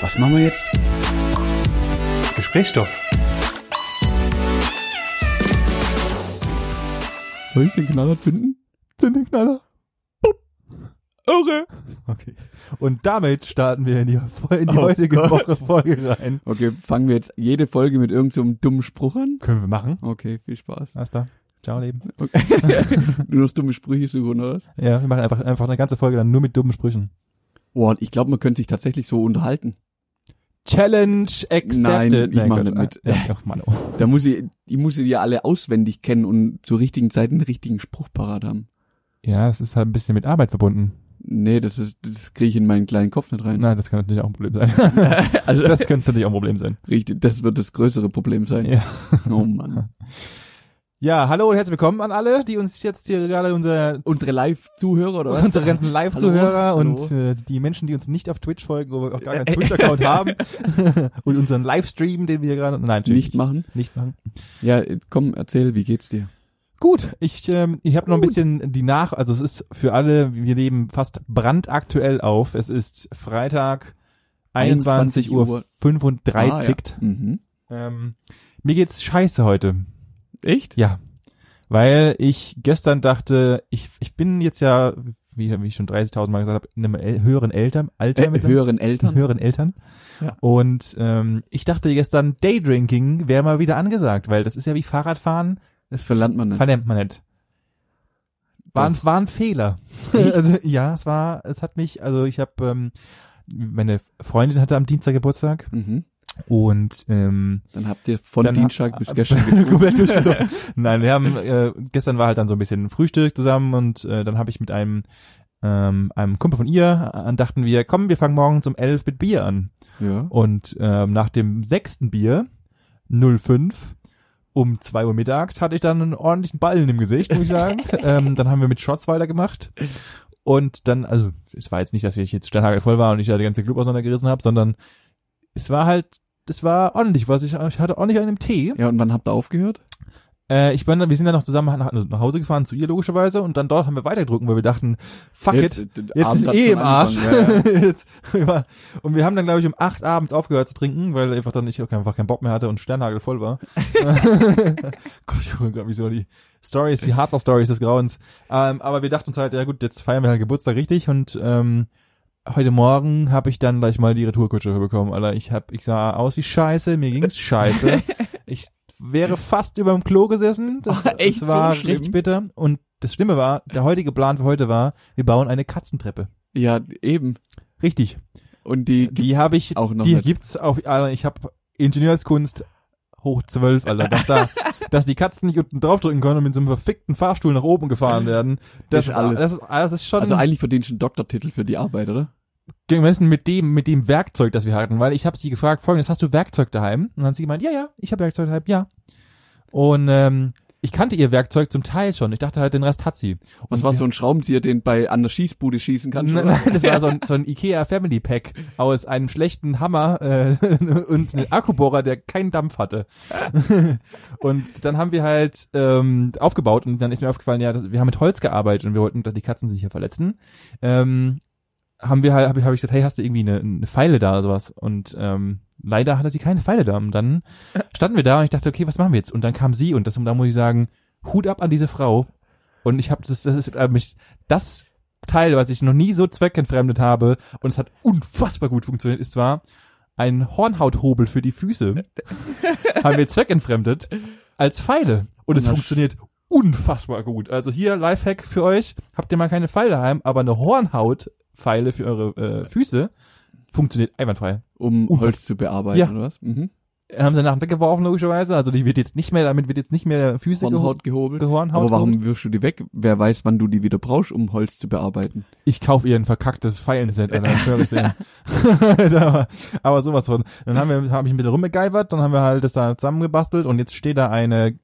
Was machen wir jetzt? Gesprächsstoff. Soll ich den Knaller zünden? Zünd den Knaller. Irre. Okay. Und damit starten wir in die heutige Folge rein. Okay, fangen wir jetzt jede Folge mit irgendeinem so dummen Spruch an? Können wir machen. Okay, viel Spaß. Alles klar. Ciao, Leben. Okay. Nur noch dumme Sprüche suchen, oder was? Ja, wir machen einfach eine ganze Folge dann nur mit dummen Sprüchen. Boah, ich glaube, man könnte sich tatsächlich so unterhalten. Challenge accepted. Nein, ich mache nicht mit. Ja, ach Mann, oh. Da muss ich die ja alle auswendig kennen und zur richtigen Zeit einen richtigen Spruch parat haben. Ja, es ist halt ein bisschen mit Arbeit verbunden. Nee, das kriege ich in meinen kleinen Kopf nicht rein. Nein, das kann natürlich auch ein Problem sein. Also das könnte natürlich auch ein Problem sein. Richtig, das wird das größere Problem sein. Ja. Oh Mann. Ja, hallo und herzlich willkommen an alle, die uns jetzt hier gerade unsere Live-Zuhörer oder was? Unsere ganzen Live-Zuhörer Hallo. und die Menschen, die uns nicht auf Twitch folgen, wo wir auch gar keinen Twitch-Account haben und unseren Livestream, den wir gerade nicht machen. Ja, komm, erzähl, wie geht's dir? Gut, ich habe noch ein bisschen also es ist für alle, wir leben fast brandaktuell auf. Es ist Freitag 21:35 Uhr. Ja. Mir geht's scheiße heute. Echt? Ja, weil ich gestern dachte, ich bin jetzt ja, wie ich schon 30.000 Mal gesagt habe, in einem höheren Alter. Höheren Eltern. Ja. Und ich dachte gestern, Daydrinking wäre mal wieder angesagt, weil das ist ja wie Fahrradfahren. Das verlernt man nicht. Verlernt man nicht. War ein Fehler. Also ja, ich habe, meine Freundin hatte am Dienstag Geburtstag. Mhm. Und dann habt ihr von Dienstag bis gestern getrunken. Nein, wir haben gestern war halt dann so ein bisschen Frühstück zusammen und dann habe ich mit einem Kumpel von ihr dachten wir, komm, wir fangen morgens um 11 mit Bier an. Ja. Und nach dem 6. Bier 05 um 2 Uhr mittags hatte ich dann einen ordentlichen Ballen im Gesicht, muss ich sagen. Dann haben wir mit Shots weitergemacht. Und dann, also es war jetzt nicht, dass ich jetzt sternhagelvoll war und ich da die ganze Club auseinandergerissen habe, sondern es war ordentlich, ich hatte ordentlich einen Tee. Ja, und wann habt ihr aufgehört? Wir sind dann noch zusammen nach Hause gefahren zu ihr logischerweise und dann dort haben wir weitergedrückt, weil wir dachten, fuck jetzt ist im Arsch. Ja. Und wir haben dann, glaube ich, um 8 abends aufgehört zu trinken, weil einfach dann ich auch einfach keinen Bock mehr hatte und Sternhagel voll war. Gott, ich hole gerade so die Harzer Stories des Grauens. Aber wir dachten uns halt, ja gut, jetzt feiern wir halt Geburtstag richtig und heute Morgen habe ich dann gleich mal die Retourkutsche bekommen, Alter. Ich sah aus wie Scheiße, mir ging's scheiße. Ich wäre fast überm Klo gesessen. Das war so richtig bitter. Und das Schlimme war, der heutige Plan für heute war, wir bauen eine Katzentreppe. Ja, eben. Richtig. Und die gibt's auch, Alter, ich habe Ingenieurskunst hoch 12, Alter, dass die Katzen nicht unten draufdrücken können und mit so einem verfickten Fahrstuhl nach oben gefahren werden. Das ist schon. Also eigentlich verdienst du einen Doktortitel für die Arbeit, oder? Gemessen mit dem Werkzeug, das wir hatten, weil ich habe sie gefragt, folgendes, hast du Werkzeug daheim? Und dann hat sie gemeint, ja, ich habe Werkzeug daheim, ja. Und ich kannte ihr Werkzeug zum Teil schon, ich dachte halt, den Rest hat sie. Was war so ein Schraubenzieher, den an der Schießbude schießen kannst? Nein, das war so ein Ikea Family Pack aus einem schlechten Hammer und einem Akkubohrer, der keinen Dampf hatte. Und dann haben wir halt aufgebaut und dann ist mir aufgefallen, ja, wir haben mit Holz gearbeitet und wir wollten, dass die Katzen sich hier verletzen. Habe ich gesagt, hey, hast du irgendwie eine Pfeile da oder sowas? Und leider hatte sie keine Pfeile da. Und dann standen wir da und ich dachte, okay, was machen wir jetzt? Und dann kam sie und da muss ich sagen, Hut ab an diese Frau. Und ich habe das ist das Teil, was ich noch nie so zweckentfremdet habe und es hat unfassbar gut funktioniert, ist zwar ein Hornhauthobel für die Füße. Haben wir zweckentfremdet als Pfeile. Und es funktioniert unfassbar gut. Also hier Lifehack für euch. Habt ihr mal keine Pfeile daheim, aber eine Hornhautpfeile für eure Füße funktioniert einwandfrei. Um Holz zu bearbeiten, oder was? Mhm. Haben sie danach weggeworfen, logischerweise. Also damit wird jetzt nicht mehr Füße Hornhaut gehobelt. Aber warum wirfst du die weg? Wer weiß, wann du die wieder brauchst, um Holz zu bearbeiten? Ich kaufe ihr ein verkacktes Pfeilenset, Alter. Das höre ich dir. Aber sowas von. Dann habe ich ein bisschen rumgegeibert, dann haben wir halt das da zusammengebastelt und jetzt steht da eine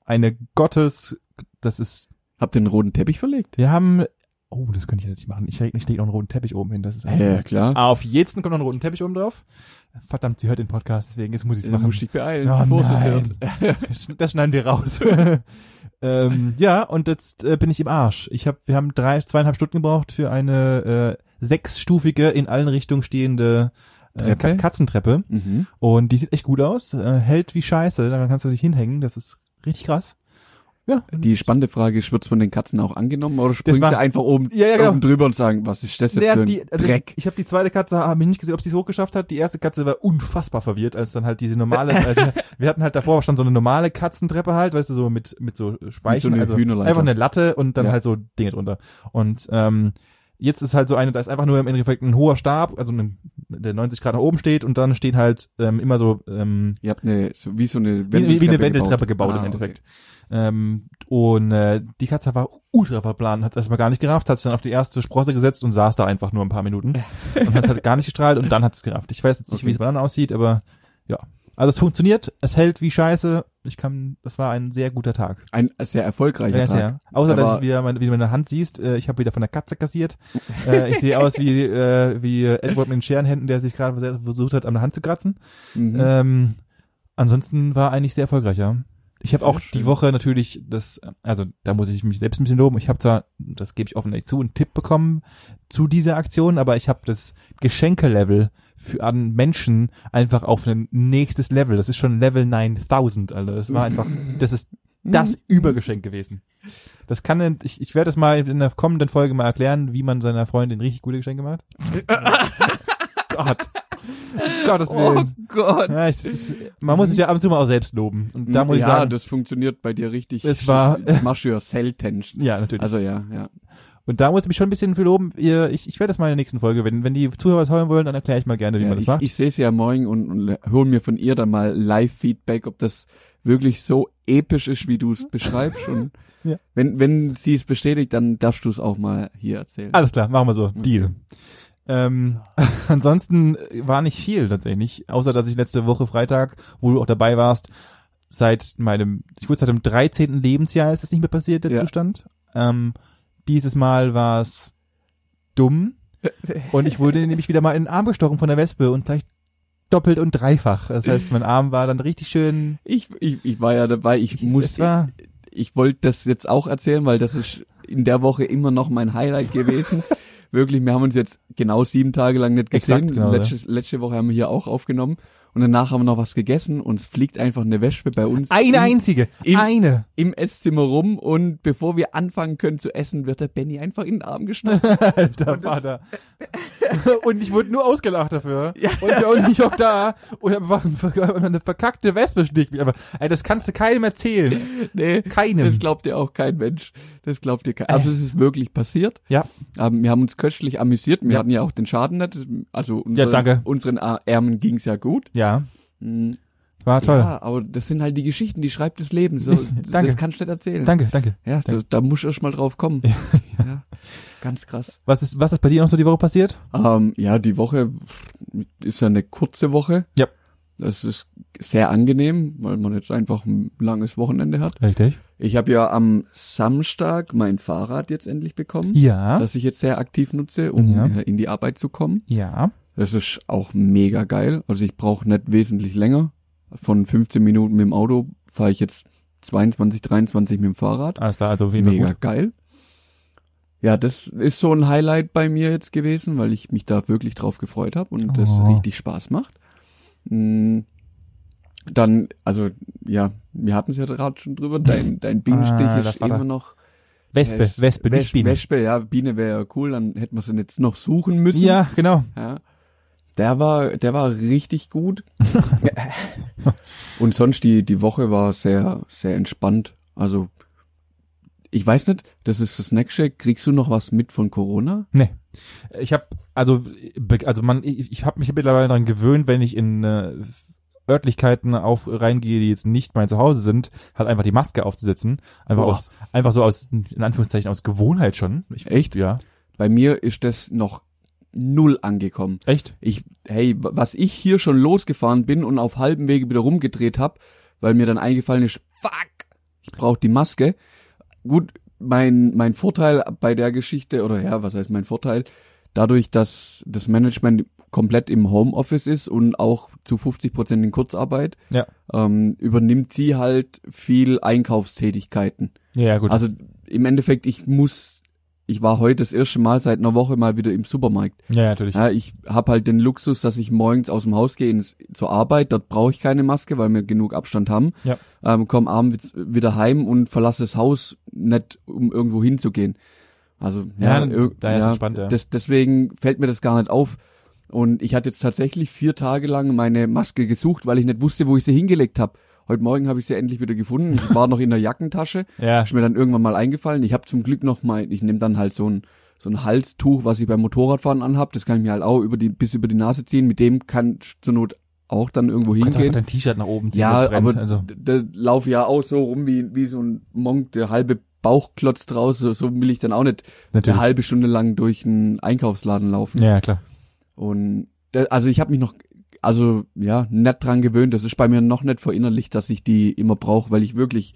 Habt ihr einen roten Teppich verlegt? Wir haben, das könnte ich jetzt nicht machen. Ich lege noch einen roten Teppich oben hin. Das ist ja, klar. Auf jeden kommt noch ein roten Teppich oben drauf. Verdammt, sie hört den Podcast, deswegen jetzt muss ich es machen. Du musst dich beeilen, bevor es hört. Das schneiden wir raus. Ja, und jetzt bin ich im Arsch. Wir haben 2,5 Stunden gebraucht für eine 6-stufige, in allen Richtungen stehende Katzentreppe. Mhm. Und die sieht echt gut aus, hält wie Scheiße, da kannst du dich hinhängen, das ist richtig krass. Ja. Die spannende Frage ist, wird's von den Katzen auch angenommen oder springen sie einfach oben drüber und sagen, was ist das jetzt für ein Dreck? Ich habe die zweite Katze, habe ich nicht gesehen, ob sie es hochgeschafft hat. Die erste Katze war unfassbar verwirrt, als dann halt diese normale, also wir hatten halt davor schon so eine normale Katzentreppe halt, weißt du, so mit so Speichen, so also Hühnerleiter. einfach eine Latte und dann halt so Dinge drunter. Und jetzt ist halt so eine, da ist einfach nur im Endeffekt ein hoher Stab, also der 90 Grad nach oben steht und dann steht halt immer so ihr habt wie so eine wie eine Wendeltreppe gebaut im Endeffekt. Okay. Und die Katze war ultra verplant, hat es erstmal gar nicht gerafft, hat sich dann auf die erste Sprosse gesetzt und saß da einfach nur ein paar Minuten und hat halt gar nicht gestrahlt und dann hat es gerafft. Ich weiß jetzt nicht, wie es bei dann aussieht, aber ja. Also es funktioniert, es hält wie Scheiße. Das war ein sehr guter Tag. Ein sehr erfolgreicher Tag. Ja. Außer, dass ich wieder, wie du meine Hand siehst, ich habe wieder von der Katze kassiert. Ich sehe aus wie Edward mit den Scherenhänden, der sich gerade versucht hat, an der Hand zu kratzen. Mhm. Ansonsten war eigentlich sehr erfolgreich, ja. Ich habe auch die Woche natürlich da muss ich mich selbst ein bisschen loben. Ich habe zwar, das gebe ich offen ehrlich zu, einen Tipp bekommen zu dieser Aktion, aber ich habe das Geschenkelevel an Menschen einfach auf ein nächstes Level. Das ist schon Level 9000, Alter. Das war einfach, das ist das Übergeschenk gewesen. Das kann, ich werde es mal in der kommenden Folge mal erklären, wie man seiner Freundin richtig gute Geschenke macht. Gott. Gottes Willen. Oh Gott. Ja, man muss sich ja ab und zu mal auch selbst loben. Und da muss ich sagen, das funktioniert bei dir richtig. Es war, das machst du ja selten. Ja, natürlich. Also ja. Und da muss ich mich schon ein bisschen für loben. Ich werde das mal in der nächsten Folge, wenn die Zuhörer es hören wollen, dann erkläre ich mal gerne, wie man das macht. Ich sehe es ja morgen und hol mir von ihr dann mal Live-Feedback, ob das wirklich so episch ist, wie du es beschreibst. Und wenn sie es bestätigt, dann darfst du es auch mal hier erzählen. Alles klar, machen wir so. Deal. Ansonsten war nicht viel tatsächlich, außer dass ich letzte Woche Freitag, wo du auch dabei warst, seit dem 13. Lebensjahr ist das nicht mehr passiert, der Zustand. Dieses Mal war es dumm und ich wurde nämlich wieder mal in den Arm gestochen von der Wespe und gleich doppelt und dreifach. Das heißt, mein Arm war dann richtig schön. Ich war ja dabei, ich wollte das jetzt auch erzählen, weil das ist in der Woche immer noch mein Highlight gewesen. Wirklich, wir haben uns jetzt genau 7 Tage lang nicht gesehen. Exakt, genau, letzte Woche haben wir hier auch aufgenommen. Und danach haben wir noch was gegessen und es fliegt einfach eine Wespe bei uns. Eine Im Esszimmer rum und bevor wir anfangen können zu essen, wird der Benny einfach in den Arm geschnappt. Alter Vater. Und ich wurde nur ausgelacht dafür. Ja. Und ich auch nicht auch da. Und einfach eine verkackte Wespe sticht mich. Aber das kannst du keinem erzählen. Nee, keinem. Das glaubt dir auch kein Mensch. Das glaubt dir kein. Also es ist wirklich passiert. Ja. Wir haben uns köstlich amüsiert. Wir hatten ja auch den Schaden nicht. Also unseren Ärmen ging's ja gut. Ja. War toll. Ja, aber das sind halt die Geschichten, die schreibt das Leben. So, Danke. Das kannst du nicht erzählen. Danke. Ja, Danke. Da musst du erst mal drauf kommen. Ja. Ganz krass. Was ist bei dir noch so die Woche passiert? Die Woche ist ja eine kurze Woche. Ja. Das ist sehr angenehm, weil man jetzt einfach ein langes Wochenende hat. Richtig. Ich habe ja am Samstag mein Fahrrad jetzt endlich bekommen. Ja. Das ich jetzt sehr aktiv nutze, um in die Arbeit zu kommen. Ja. Das ist auch mega geil. Also ich brauche nicht wesentlich länger. Von 15 Minuten mit dem Auto fahre ich jetzt 22, 23 mit dem Fahrrad. Alles klar, also mega gut. Geil. Ja, das ist so ein Highlight bei mir jetzt gewesen, weil ich mich da wirklich drauf gefreut habe und das richtig Spaß macht. Dann, also ja, wir hatten es ja gerade schon drüber, dein Bienenstich ist immer noch Wespe, nicht Biene. Wespe, ja, Biene wäre ja cool, dann hätten wir sie jetzt noch suchen müssen. Ja, genau. Ja. Der war richtig gut. Und sonst die Woche war sehr, sehr entspannt. Also, ich weiß nicht, das ist das Snackshake. Kriegst du noch was mit von Corona? Nee. Ich habe mich mittlerweile daran gewöhnt, wenn ich in Örtlichkeiten reingehe, die jetzt nicht mein Zuhause sind, halt einfach die Maske aufzusetzen. Einfach so aus, in Anführungszeichen, aus Gewohnheit schon. Echt? Ja. Bei mir ist das noch 0 angekommen. Echt? Was ich hier schon losgefahren bin und auf halbem Wege wieder rumgedreht habe, weil mir dann eingefallen ist, fuck, ich brauche die Maske. Gut, mein Vorteil bei der Geschichte, oder ja, was heißt mein Vorteil? Dadurch, dass das Management komplett im Homeoffice ist und auch zu 50% in Kurzarbeit, übernimmt sie halt viel Einkaufstätigkeiten. Ja, gut. Also im Endeffekt, ich muss ich war heute das erste Mal seit einer Woche mal wieder im Supermarkt. Ja, natürlich. Ja, ich habe halt den Luxus, dass ich morgens aus dem Haus gehe zur Arbeit, dort brauche ich keine Maske, weil wir genug Abstand haben. Ja. Komm abends wieder heim und verlasse das Haus nicht, um irgendwo hinzugehen. Also da ist entspannt, ja. Deswegen fällt mir das gar nicht auf. Und ich hatte jetzt tatsächlich 4 Tage lang meine Maske gesucht, weil ich nicht wusste, wo ich sie hingelegt habe. Heute Morgen habe ich sie endlich wieder gefunden. Ich war noch in der Jackentasche. Ja. Ist mir dann irgendwann mal eingefallen. Ich habe zum Glück noch mal, ich nehme dann halt so ein Halstuch, was ich beim Motorradfahren anhab. Das kann ich mir halt auch bis über die Nase ziehen. Mit dem kann zur Not auch dann irgendwo hingehen. Du kannst auch dein T-Shirt nach oben ziehen. Ja, das brennt, aber also. da laufe ich ja auch so rum wie so ein Monk, der halbe Bauchklotz draus. So will ich dann auch nicht Natürlich. eine halbe Stunde lang durch einen Einkaufsladen laufen. Ja, klar. Und also ich habe mich noch nicht dran gewöhnt. Das ist bei mir noch nicht verinnerlicht, dass ich die immer brauche, weil ich wirklich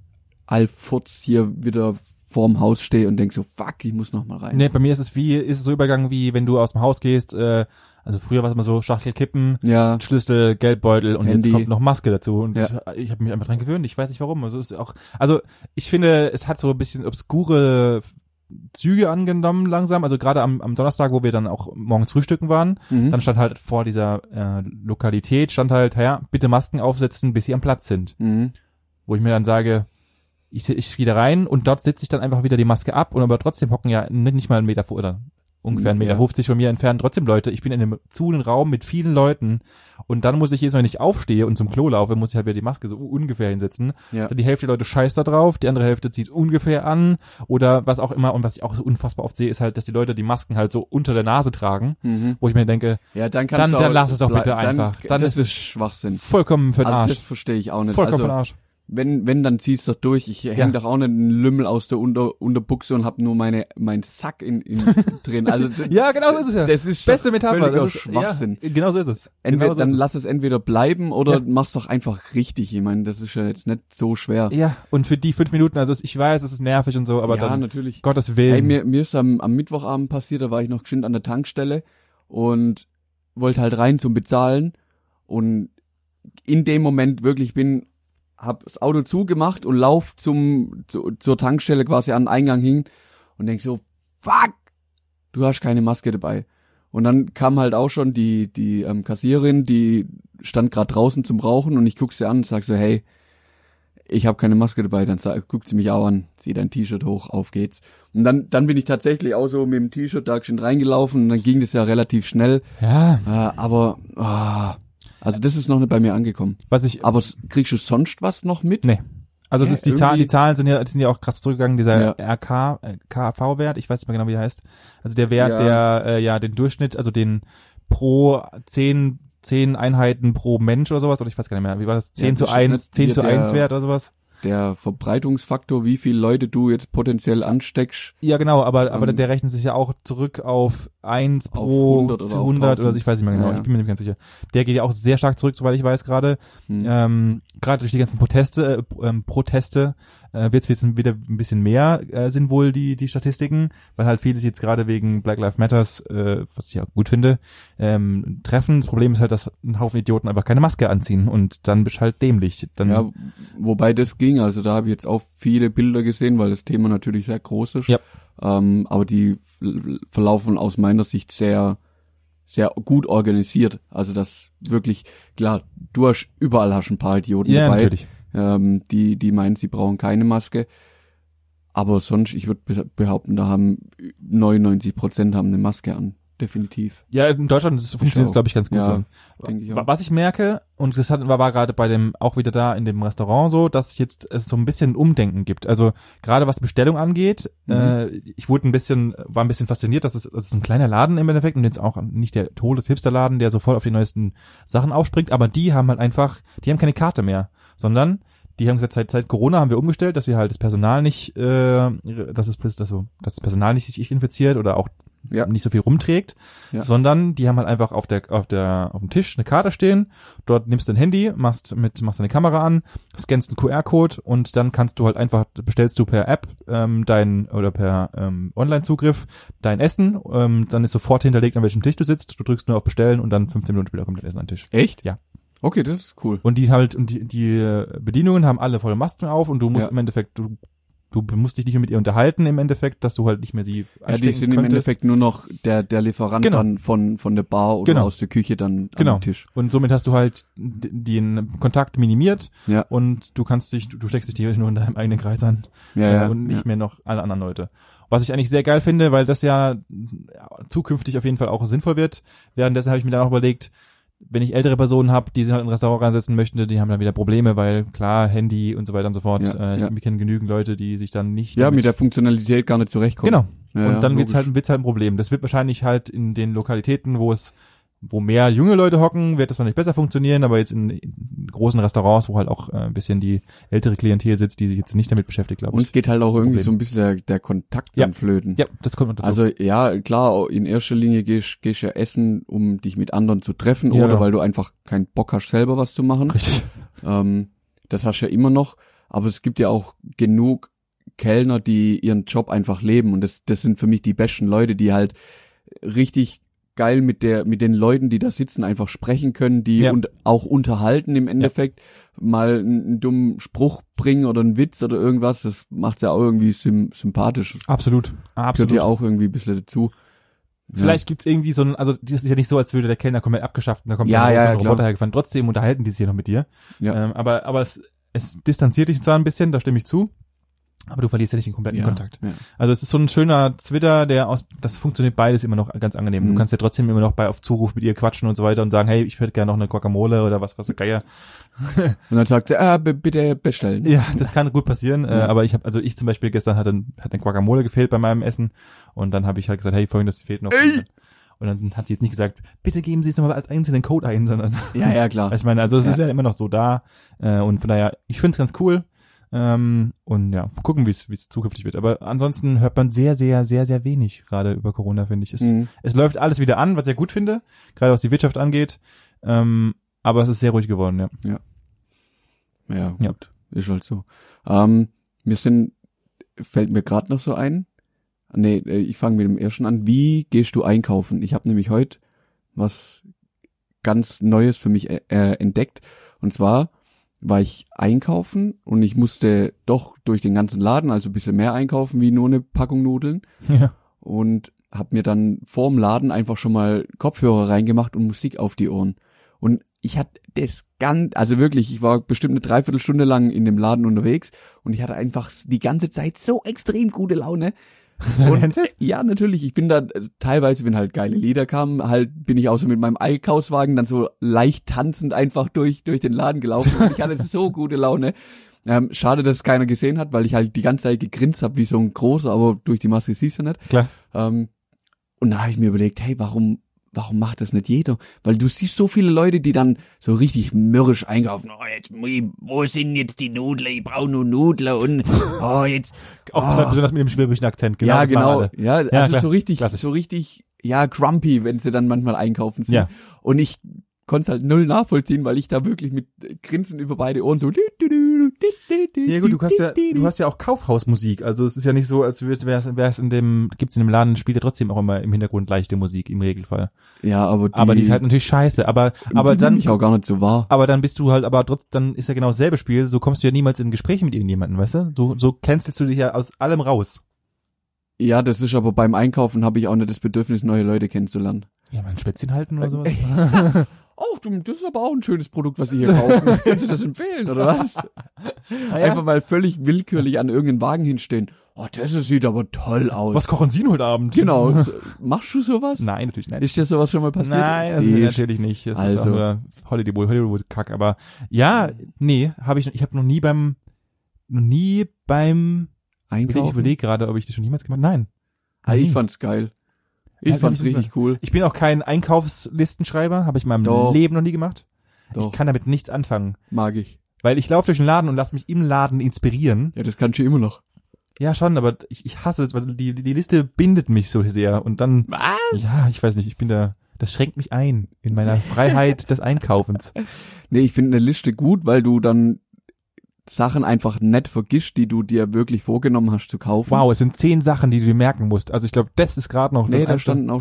allfurz hier wieder vorm Haus stehe und denk so, fuck, ich muss noch mal rein. Nee, bei mir ist es so übergegangen, wie wenn du aus dem Haus gehst, also früher war es immer so Schachtel kippen, Ja. Schlüssel, Geldbeutel und Handy. jetzt kommt noch Maske dazu und Ja. ich habe mich einfach dran gewöhnt, ich weiß nicht warum. Also ich finde, es hat so ein bisschen obskure Züge angenommen langsam, also gerade am Donnerstag, wo wir dann auch morgens frühstücken waren, dann stand halt vor dieser Lokalität, bitte Masken aufsetzen, bis sie am Platz sind. Mhm. Wo ich mir dann sage, ich gehe da rein und dort setze ich dann einfach wieder die Maske ab und aber trotzdem hocken ja nicht mal einen Meter vor oder ungefähr 1,50 Meter von mir entfernt trotzdem Leute. Ich bin in einem zuhenden Raum mit vielen Leuten und dann muss ich jedes Mal, wenn ich aufstehe und zum Klo laufe, muss ich halt wieder die Maske so ungefähr hinsetzen. Ja. Die Hälfte der Leute scheißt da drauf, die andere Hälfte zieht ungefähr an oder was auch immer und was ich auch so unfassbar oft sehe, ist halt, dass die Leute die Masken halt so unter der Nase tragen, wo ich mir denke, Ja, dann dann lass es doch bitte einfach. Dann das ist ist Schwachsinn. vollkommen für den Also Arsch. das verstehe ich auch nicht. Vollkommen für Also den Arsch. wenn dann zieh's doch durch. Ich häng doch auch nicht einen Lümmel aus der Unterbuchse und hab nur mein Sack in drin. Also Ja, genau so ist es ja. Das ist Beste Metapher. völliger Das ist, Schwachsinn. Ja, genau so ist es. Entweder, Genau so dann ist es. lass es entweder bleiben oder Ja. mach's doch einfach richtig. Ich meine, das ist ja jetzt nicht so schwer. Ja, und für die 5 Minuten, also ich weiß, es ist nervig und so, aber ja, dann, natürlich. Gottes Hey, Willen. mir ist am Mittwochabend passiert, da war ich noch geschwind an der Tankstelle und wollte halt rein zum Bezahlen und in dem Moment wirklich hab das Auto zugemacht und lauf zur Tankstelle quasi an den Eingang hin und denk so, fuck, du hast keine Maske dabei. Und dann kam halt auch schon die Kassiererin, die stand gerade draußen zum Rauchen und ich guck sie an und sag so, hey, ich habe keine Maske dabei. Dann guckt sie mich auch an, zieht ein T-Shirt hoch, auf geht's. Und dann bin ich tatsächlich auch so mit dem T-Shirt da schon reingelaufen und dann ging das ja relativ schnell. Ja, Also das ist noch nicht bei mir angekommen. Aber kriegst du sonst was noch mit? nee. Also es Ja, ist die Zahlen sind ja auch krass zurückgegangen, dieser Ja. KV-Wert, ich weiß nicht mehr genau, wie der heißt. Also der Wert, Ja. der den Durchschnitt, also den pro 10 Einheiten pro Mensch oder sowas, oder ich weiß gar nicht mehr, wie war das? 10 zu das ist 1, nicht 10 zu der- 1 Wert oder sowas? Der Verbreitungsfaktor, wie viele Leute du jetzt potenziell ansteckst. Ja, genau, aber der rechnet sich ja auch zurück auf 1 Auf pro 100 oder auf 100 oder 1000. so, ich weiß nicht mehr genau, Ja. ich bin mir nicht ganz sicher. Der geht ja auch sehr stark zurück, soweit ich weiß gerade. Gerade durch die ganzen Proteste wird's wieder ein bisschen mehr, sind wohl die Statistiken, weil halt viele sich jetzt gerade wegen Black Lives Matters, was ich auch gut finde, treffen. Das Problem ist halt, dass ein Haufen Idioten einfach keine Maske anziehen und dann bist du halt dämlich. Dann, Ja, wobei das ging, also da habe ich jetzt auch viele Bilder gesehen, weil das Thema natürlich sehr groß ist. Ja. Aber die verlaufen aus meiner Sicht sehr, sehr gut organisiert. Also das wirklich, klar, überall hast ein paar Idioten ja, dabei, natürlich. die meinen, sie brauchen keine Maske. Aber sonst, ich würde behaupten, da haben 99% haben eine Maske an. Definitiv. Ja, in Deutschland funktioniert es, glaube ich, ganz gut. Ja, so. denke ich auch. Was ich merke, und das war gerade bei dem, auch wieder da in dem Restaurant so, dass jetzt es so ein bisschen Umdenken gibt. Also gerade was Bestellung angeht, ich war ein bisschen fasziniert, dass es ein kleiner Laden im Endeffekt und jetzt auch nicht der Todes-Hipster-Laden, der so voll auf die neuesten Sachen aufspringt, aber die haben halt einfach, die haben keine Karte mehr, sondern die haben gesagt, seit Corona haben wir umgestellt, dass wir halt das Personal nicht, dass das Personal nicht sich infiziert oder auch nicht so viel rumträgt, sondern die haben halt einfach auf dem Tisch eine Karte stehen, dort nimmst du ein Handy, machst deine Kamera an, scannst einen QR-Code und dann bestellst du per App per Online-Zugriff dein Essen, dann ist sofort hinterlegt, an welchem Tisch du sitzt, du drückst nur auf Bestellen und dann 15 Minuten später kommt dein Essen an den Tisch. Echt? Ja. Okay, das ist cool. Und die Bedienungen haben alle volle Masken auf und du musst im Endeffekt, du du musst dich nicht mehr mit ihr unterhalten im Endeffekt, dass du halt nicht mehr sie Ja, die sind im Endeffekt nur noch der Lieferant dann von der Bar oder aus der Küche dann am Tisch. Und somit hast du halt den Kontakt minimiert und du steckst dich direkt nur in deinem eigenen Kreis an und nicht mehr noch alle anderen Leute. Was ich eigentlich sehr geil finde, weil das ja zukünftig auf jeden Fall auch sinnvoll wird. Währenddessen habe ich mir dann auch überlegt, wenn ich ältere Personen habe, die sich halt in ein Restaurant reinsetzen möchten, die haben dann wieder Probleme, weil klar, Handy und so weiter und so fort. Ich kenne genügend Leute, die sich dann nicht mit der Funktionalität gar nicht zurechtkommen. Genau. Und dann wird's halt ein Problem. Das wird wahrscheinlich halt in den Lokalitäten, wo mehr junge Leute hocken, wird das wahrscheinlich besser funktionieren, aber jetzt in großen Restaurants, wo halt auch ein bisschen die ältere Klientel sitzt, die sich jetzt nicht damit beschäftigt, glaube ich. Und es geht halt auch irgendwie so ein bisschen der Kontakt dann flöten. Ja, das kommt noch dazu. Also ja, klar, in erster Linie gehst ja essen, um dich mit anderen zu treffen oder weil du einfach keinen Bock hast, selber was zu machen. Richtig. Das hast du ja immer noch, aber es gibt ja auch genug Kellner, die ihren Job einfach leben und das sind für mich die besten Leute, die halt richtig geil mit den Leuten, die da sitzen, einfach sprechen können, die und auch unterhalten im Endeffekt, mal einen dummen Spruch bringen oder einen Witz oder irgendwas, das macht's ja auch irgendwie sympathisch. Absolut. Gehört ja auch irgendwie ein bisschen dazu. Vielleicht gibt's irgendwie so also das ist ja nicht so, als würde der Kellner komplett abgeschafft und da kommt so ein Roboter hergefahren. Trotzdem unterhalten die sich ja noch mit dir. Ja. Aber es distanziert dich zwar ein bisschen, da stimme ich zu. Aber du verlierst ja nicht den kompletten Kontakt. Ja. Also es ist so ein schöner Twitter, das funktioniert beides immer noch ganz angenehm. Du kannst ja trotzdem immer noch auf Zuruf mit ihr quatschen und so weiter und sagen, hey, ich hätte gerne noch eine Guacamole oder was Geier. Und dann sagt sie, bitte bestellen. Ja, das kann gut passieren. Aber ich zum Beispiel gestern hat eine Guacamole gefehlt bei meinem Essen und dann habe ich halt gesagt, hey, Folgendes fehlt noch. Und dann hat sie jetzt nicht gesagt, bitte geben Sie es nochmal als einzelnen Code ein, sondern ja, klar. Ich meine, also es ist ja immer noch so da und von daher, ich finde es ganz cool. Und ja, gucken, wie es zukünftig wird. Aber ansonsten hört man sehr, sehr, sehr, sehr wenig gerade über Corona, finde ich. Es läuft alles wieder an, was ich ja gut finde, gerade was die Wirtschaft angeht. Aber es ist sehr ruhig geworden, Ja, gut. Ist halt so. Fällt mir gerade noch so ein. Nee, ich fange mit dem ersten an. Wie gehst du einkaufen? Ich habe nämlich heute was ganz Neues für mich entdeckt. Und zwar war ich einkaufen und ich musste doch durch den ganzen Laden, also ein bisschen mehr einkaufen wie nur eine Packung Nudeln. Ja. Und hab mir dann vorm Laden einfach schon mal Kopfhörer reingemacht und Musik auf die Ohren. Und ich hatte ich war bestimmt eine Dreiviertelstunde lang in dem Laden unterwegs und ich hatte einfach die ganze Zeit so extrem gute Laune. Und ja, natürlich, ich bin da teilweise, wenn halt geile Lieder kamen, bin ich auch so mit meinem Einkaufswagen dann so leicht tanzend einfach durch den Laden gelaufen und ich hatte so gute Laune. Schade, dass es keiner gesehen hat, weil ich halt die ganze Zeit gegrinst habe wie so ein großer, aber durch die Maske siehst du nicht. Klar. Und dann habe ich mir überlegt, hey, warum macht das nicht jeder? Weil du siehst so viele Leute, die dann so richtig mürrisch einkaufen. Oh, jetzt, wo sind jetzt die Nudeln? Ich brauche nur Nudeln und jetzt. Auch besonders mit dem schwäbischen Akzent. Genau, ja, genau. Ja, also klar, so richtig, klassisch. grumpy, wenn sie dann manchmal einkaufen sind. Ja. Und ich konnte es halt null nachvollziehen, weil ich da wirklich mit Grinsen über beide Ohren so. Ja gut, du hast ja auch Kaufhausmusik, also es ist ja nicht so, als gibt's in dem Laden, spielt ja trotzdem auch immer im Hintergrund leichte Musik im Regelfall. Ja, aber die ist halt natürlich scheiße, aber dann ich auch gar nicht so wahr. Aber dann bist du halt, dann ist ja genau dasselbe Spiel, so kommst du ja niemals in Gespräche mit irgendjemandem, weißt du? So cancelst du dich ja aus allem raus. Ja, das ist aber beim Einkaufen habe ich auch nicht das Bedürfnis, neue Leute kennenzulernen. Ja, mal ein Schwätzchen halten oder sowas. Das ist aber auch ein schönes Produkt, was Sie hier kaufen. Kannst du das empfehlen, oder was? Einfach mal völlig willkürlich an irgendeinen Wagen hinstehen. Oh, sieht aber toll aus. Was kochen Sie denn heute Abend? Genau. Machst du sowas? Nein, natürlich nicht. Ist dir sowas schon mal passiert? Nein, natürlich nicht. Das ist auch nur Hollywood-Kack. Aber ja, nee, ich habe noch nie beim Einkaufen. Ich überlege gerade, ob ich das schon jemals gemacht habe. Nein. Ich fand's geil. Ich fand's richtig cool. Ich bin auch kein Einkaufslistenschreiber, habe ich in meinem Leben noch nie gemacht. Doch. Ich kann damit nichts anfangen. Mag ich. Weil ich laufe durch den Laden und lasse mich im Laden inspirieren. Ja, das kannst du immer noch. Ja, schon, aber ich hasse es, weil die Liste bindet mich so sehr und dann. Was? Ja, ich weiß nicht, das schränkt mich ein in meiner Freiheit des Einkaufens. Nee, ich finde eine Liste gut, weil du dann Sachen einfach nicht vergisst, die du dir wirklich vorgenommen hast zu kaufen. Wow, es sind 10 Sachen, die du dir merken musst. Also ich glaube, das ist gerade noch... Nee, da standen auch schon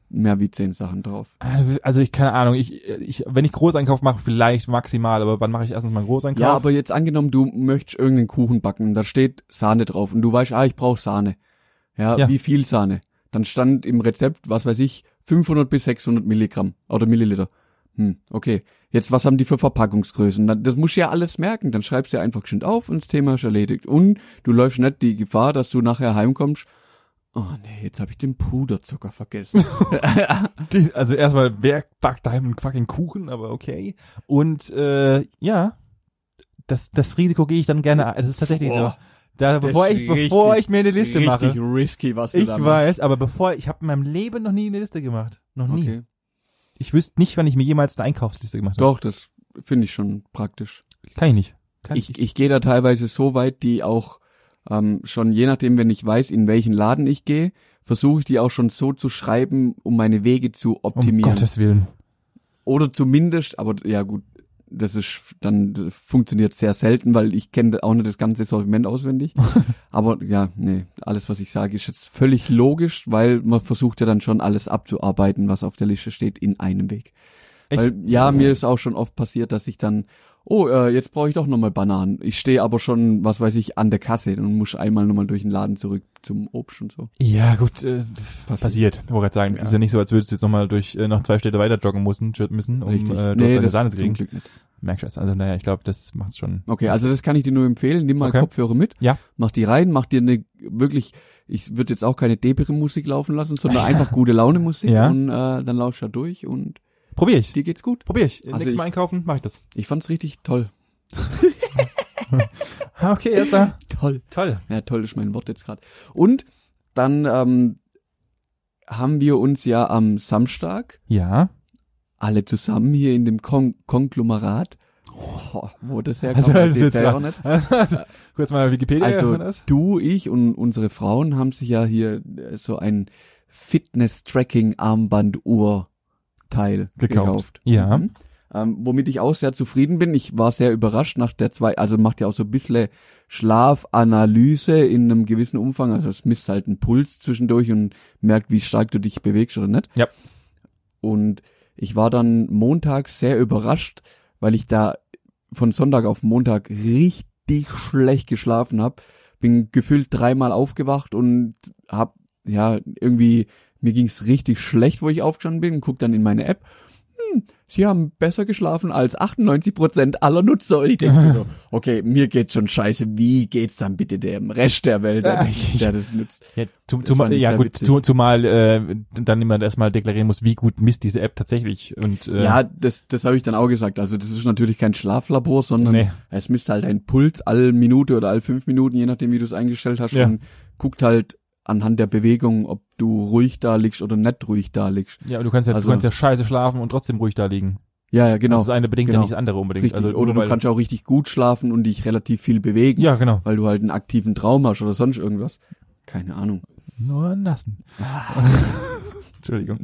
mehr wie 10 Sachen drauf. Also ich, keine Ahnung, wenn ich Großeinkauf mache, vielleicht maximal, aber wann mache ich erstens mal einen Großeinkauf? Ja, aber jetzt angenommen, du möchtest irgendeinen Kuchen backen, da steht Sahne drauf und du weißt, ich brauche Sahne. Ja, wie viel Sahne? Dann stand im Rezept, was weiß ich, 500 bis 600 Milligramm oder Milliliter. Okay. Jetzt, was haben die für Verpackungsgrößen? Das musst du ja alles merken. Dann schreibst du ja einfach geschwind auf und das Thema ist erledigt. Und du läufst nicht die Gefahr, dass du nachher heimkommst. Oh nee, jetzt habe ich den Puderzucker vergessen. Also erstmal, wer backt da einen fucking Kuchen, aber okay. Und ja, das Risiko gehe ich dann gerne ein. Es ist tatsächlich so. Bevor ich mir eine Liste mache. Richtig risky, was du da machst. Ich weiß, aber ich habe in meinem Leben noch nie eine Liste gemacht. Noch nie. Okay. Ich wüsste nicht, wann ich mir jemals eine Einkaufsliste gemacht habe. Doch, das finde ich schon praktisch. Kann ich nicht. Ich gehe da teilweise so weit, die auch schon je nachdem, wenn ich weiß, in welchen Laden ich gehe, versuche ich die auch schon so zu schreiben, um meine Wege zu optimieren. Um Gottes Willen. Oder zumindest, aber ja gut, das funktioniert sehr selten, weil ich kenne auch nicht das ganze Sortiment auswendig. Aber ja, nee, alles, was ich sage, ist jetzt völlig logisch, weil man versucht ja dann schon alles abzuarbeiten, was auf der Liste steht, in einem Weg. Echt? Weil ja, mir ist auch schon oft passiert, dass ich dann, jetzt brauche ich doch nochmal Bananen. Ich stehe aber schon, was weiß ich, an der Kasse und muss einmal nochmal durch den Laden zurück zum Obst und so. Ja, gut, passiert. Ich wollte gerade sagen, es ist ja nicht so, als würdest du jetzt nochmal noch 2 Städte weiter joggen müssen, um Richtig. dort deine Sahne zu zum kriegen. Glück nicht. Merkst du das? Also naja, ich glaube, das macht's schon. Okay, also das kann ich dir nur empfehlen. Nimm mal Kopfhörer mit, Ja. Mach die rein, mach dir eine wirklich, ich würde jetzt auch keine Depri-Musik laufen lassen, sondern einfach gute Laune-Musik Ja. und dann laufst du da durch und Probier ich. dir geht's gut. Also Nächstes Mal einkaufen, mach ich das. Ich fand's richtig toll. Okay, erstmal. Toll. Ja, toll ist mein Wort jetzt gerade. Und dann haben wir uns ja am Samstag Ja. alle zusammen hier in dem Konglomerat, wo das herkommt, Also jetzt auch nicht. Kurz mal Wikipedia. Also das? du, ich und unsere Frauen haben sich ja hier so ein Fitness-Tracking-Armbanduhr-Teil gekauft. Ja. Womit ich auch sehr zufrieden bin. Ich war sehr überrascht nach der also macht ja auch so ein bisschen Schlafanalyse in einem gewissen Umfang. Also es misst halt einen Puls zwischendurch und merkt, wie stark du dich bewegst oder nicht. Ja. Und ich war dann montags sehr überrascht, weil ich da von Sonntag auf Montag richtig schlecht geschlafen habe. Bin gefühlt 3-mal aufgewacht und mir ging's richtig schlecht, wo ich aufgestanden bin und guck dann in meine App. Sie haben besser geschlafen als 98% aller Nutzer. Und ich denke mir so, okay, mir geht's schon scheiße. Wie geht's dann bitte dem Rest der Welt, der das nutzt? Ja, zumal dann jemand erstmal deklarieren muss, wie gut misst diese App tatsächlich. Und ja, das habe ich dann auch gesagt. Also das ist natürlich kein Schlaflabor, sondern es misst halt deinen Puls alle Minute oder alle 5 Minuten, je nachdem, wie du es eingestellt hast, und guckt halt anhand der Bewegung, ob du ruhig da liegst oder nicht ruhig da liegst. Ja, du kannst ja scheiße schlafen und trotzdem ruhig da liegen. Ja, genau. Also das eine bedingt ja nicht das andere unbedingt. Richtig. Also, oder du kannst auch richtig gut schlafen und dich relativ viel bewegen. Ja, genau. Weil du halt einen aktiven Traum hast oder sonst irgendwas. Keine Ahnung. Nur nassen. Entschuldigung.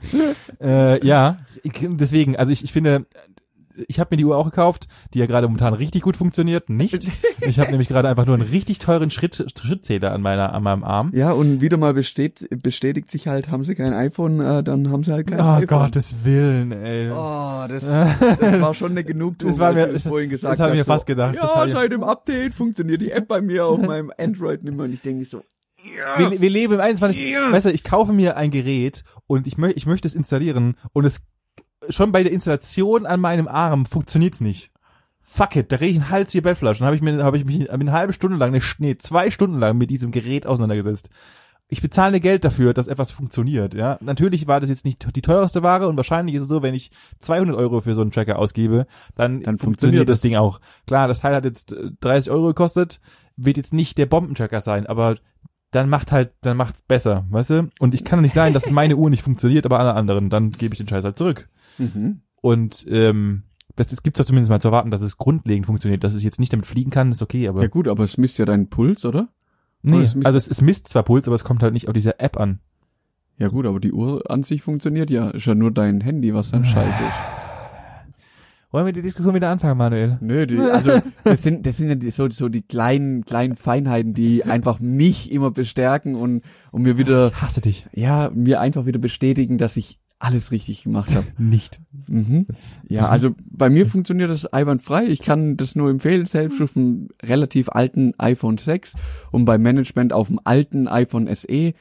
Deswegen, also ich finde, ich habe mir die Uhr auch gekauft, die ja gerade momentan richtig gut funktioniert. Nicht. Ich habe nämlich gerade einfach nur einen richtig teuren Schrittzähler an meinem Arm. Ja, und wieder mal bestätigt sich halt, haben sie kein iPhone, dann haben sie halt kein iPhone. Oh Gottes Willen, ey. Oh, das war schon eine Genugtuung, das vorhin gesagt hast. Das habe ich mir fast gedacht. Ja, seit dem Update funktioniert die App bei mir auf meinem Android nicht mehr. Und ich denke so, wir leben im 21. Weißt du, ich kaufe mir ein Gerät und ich möchte es installieren und es schon bei der Installation an meinem Arm funktioniert's nicht. Fuck it, da kriege ich einen Hals wie Bettflaschen. Habe ich mich eine halbe Stunde lang, 2 Stunden lang mit diesem Gerät auseinandergesetzt. Ich bezahle Geld dafür, dass etwas funktioniert, ja. Natürlich war das jetzt nicht die teuerste Ware und wahrscheinlich ist es so, wenn ich 200 € für so einen Tracker ausgebe, dann funktioniert das Ding auch. Klar, das Teil hat jetzt 30 € gekostet, wird jetzt nicht der Bombentracker sein, aber dann macht's besser, weißt du? Und ich kann doch nicht sagen, dass meine Uhr nicht funktioniert, aber alle anderen, dann gebe ich den Scheiß halt zurück. Und das gibt's doch zumindest mal zu erwarten, dass es grundlegend funktioniert, dass es jetzt nicht damit fliegen kann, ist okay, aber... Ja gut, aber es misst ja deinen Puls, oder? Nee, also es misst zwar Puls, aber es kommt halt nicht auf diese App an. Ja gut, aber die Uhr an sich funktioniert ja, ist ja nur dein Handy, was dann scheiße ist. Wollen wir die Diskussion wieder anfangen, Manuel? Nö, das sind ja so die kleinen Feinheiten, die einfach mich immer bestärken und mir wieder... Ich hasse dich. Ja, mir einfach wieder bestätigen, dass ich alles richtig gemacht habe. Nicht. Mhm. Ja, also bei mir funktioniert das einwandfrei. Ich kann das nur empfehlen, selbst auf einem relativ alten iPhone 6 und beim Management auf dem alten iPhone SE.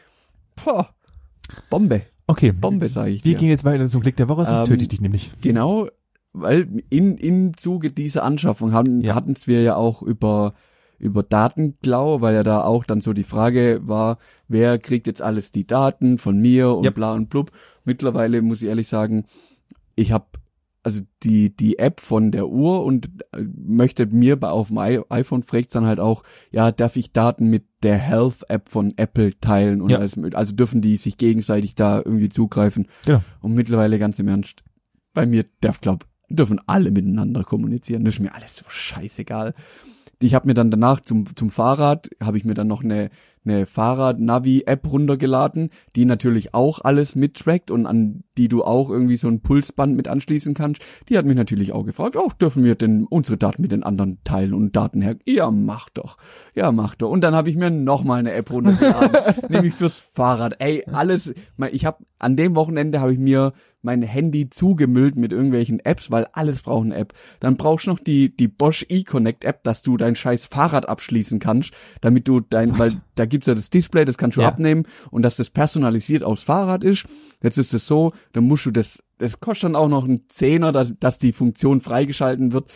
Bombe. Okay. Bombe, sage ich Wir dir. gehen jetzt weiter zum Klick der Woche, sonst töte ich dich nämlich. Genau, weil im Zuge dieser Anschaffung hatten's wir ja auch über Datenklau, weil ja da auch dann so die Frage war, wer kriegt jetzt alles die Daten von mir und bla und blub. Mittlerweile muss ich ehrlich sagen, ich habe also die App von der Uhr und möchte mir auf dem iPhone fragt dann halt auch, ja, darf ich Daten mit der Health-App von Apple teilen und alles mit, also dürfen die sich gegenseitig da irgendwie zugreifen. Genau. Und mittlerweile ganz im Ernst, bei mir dürfen alle miteinander kommunizieren. Das ist mir alles so scheißegal. Ich habe mir dann danach zum Fahrrad, habe ich mir dann noch eine Fahrrad-Navi-App runtergeladen, die natürlich auch alles mittrackt und an die du auch irgendwie so ein Pulsband mit anschließen kannst. Die hat mich natürlich auch gefragt, dürfen wir denn unsere Daten mit den anderen teilen und Daten her? Ja, mach doch. Und dann habe ich mir nochmal eine App runtergeladen, nämlich fürs Fahrrad. Ey, alles, an dem Wochenende habe ich mir mein Handy zugemüllt mit irgendwelchen Apps, weil alles braucht eine App. Dann brauchst du noch die Bosch eConnect App, dass du dein scheiß Fahrrad abschließen kannst, damit du weil da gibt's ja das Display, das kannst du abnehmen und dass das personalisiert aufs Fahrrad ist. Jetzt ist es so, dann musst du das kostet dann auch noch einen Zehner, dass die Funktion freigeschalten wird,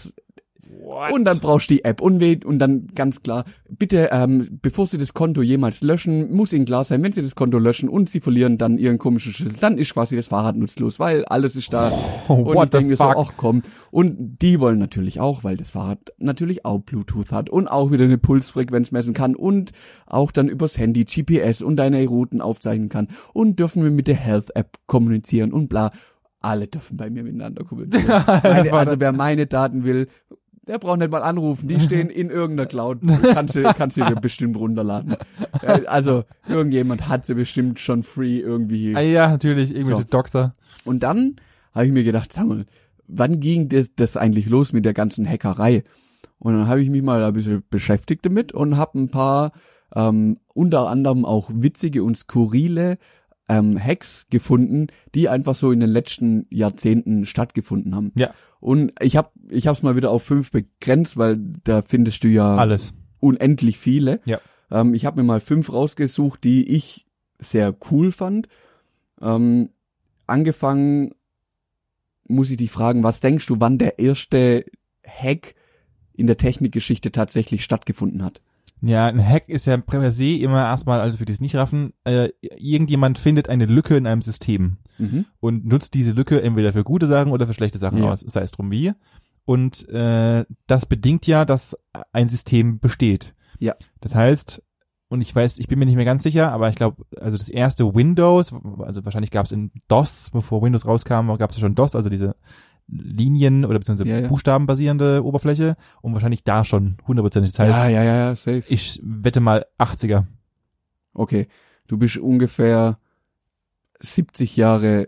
und dann brauchst du die App und dann ganz klar, bitte, bevor Sie das Konto jemals löschen, muss Ihnen klar sein, wenn Sie das Konto löschen und Sie verlieren dann Ihren komischen Schlüssel, dann ist quasi das Fahrrad nutzlos, weil alles ist da. Und ich denke mir so, ach komm. Und die wollen natürlich auch, weil das Fahrrad natürlich auch Bluetooth hat und auch wieder eine Pulsfrequenz messen kann und auch dann übers Handy GPS und deine Routen aufzeichnen kann und dürfen wir mit der Health-App kommunizieren und bla. Alle dürfen bei mir miteinander kommunizieren. Also wer meine Daten will, der braucht nicht mal anrufen, die stehen in irgendeiner Cloud, kannst du dir bestimmt runterladen. Also irgendjemand hat sie bestimmt schon free irgendwie. Ah ja, natürlich, irgendwelche Doxer. Und dann habe ich mir gedacht, sag mal, wann ging das eigentlich los mit der ganzen Hackerei? Und dann habe ich mich mal ein bisschen beschäftigt damit und habe ein paar unter anderem auch witzige und skurrile Hacks gefunden, die einfach so in den letzten Jahrzehnten stattgefunden haben. Ja. Und ich hab's mal wieder auf 5 begrenzt, weil da findest du ja alles unendlich viele. Ja. Ich habe mir mal 5 rausgesucht, die ich sehr cool fand. Angefangen muss ich dich fragen, was denkst du, wann der erste Hack in der Technikgeschichte tatsächlich stattgefunden hat? Ja, ein Hack ist ja per se immer erstmal, also für die es nicht raffen, irgendjemand findet eine Lücke in einem System und nutzt diese Lücke entweder für gute Sachen oder für schlechte Sachen aus, sei es drum wie. Und das bedingt ja, dass ein System besteht. Ja. Das heißt, und ich bin mir nicht mehr ganz sicher, aber ich glaube, also das erste Windows, also wahrscheinlich gab es in DOS, bevor Windows rauskam, gab es ja schon DOS, also diese Linien- oder beziehungsweise buchstabenbasierende Oberfläche und wahrscheinlich da schon 100%. Das heißt, ja, safe. Ich wette mal 80er. Okay, du bist ungefähr 70 Jahre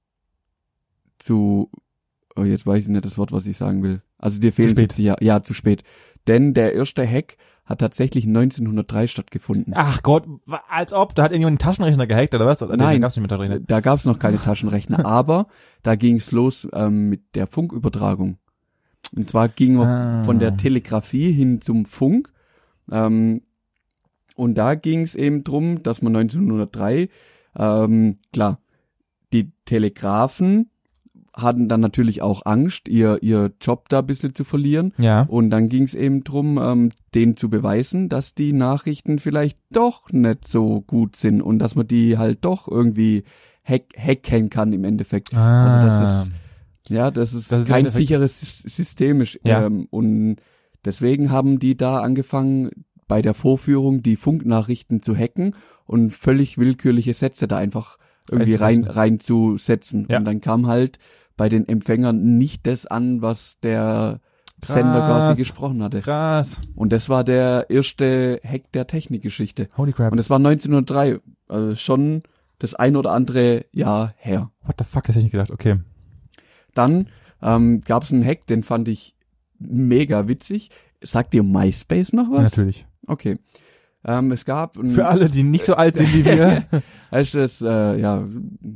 jetzt weiß ich nicht das Wort, was ich sagen will. Also dir fehlen 70 Jahre. Ja, zu spät. Denn der erste Hack hat tatsächlich 1903 stattgefunden. Ach Gott, als ob, da hat irgendjemand einen Taschenrechner gehackt oder was? Oder Nein, da gab's noch keine Taschenrechner, aber da ging's los mit der Funkübertragung. Und zwar ging man von der Telegrafie hin zum Funk. Und da ging's eben drum, dass man 1903, klar, die Telegrafen hatten dann natürlich auch Angst, ihr Job da ein bisschen zu verlieren. Ja. Und dann ging es eben drum, denen zu beweisen, dass die Nachrichten vielleicht doch nicht so gut sind und dass man die halt doch irgendwie hacken kann im Endeffekt. Also das ist kein sicheres System. Ja. Und deswegen haben die da angefangen, bei der Vorführung die Funknachrichten zu hacken und völlig willkürliche Sätze da einfach irgendwie reinzusetzen. Ja. Und dann kam halt bei den Empfängern nicht das an, was der Sender quasi gesprochen hatte. Krass. Und das war der erste Hack der Technikgeschichte. Holy crap. Und das war 1903. Also schon das ein oder andere Jahr her. What the fuck, das hätte ich nicht gedacht. Okay. Dann gab es einen Hack, den fand ich mega witzig. Sagt dir MySpace noch was? Natürlich. Okay. Es gab für alle, die nicht so alt sind wie wir. Heißt das,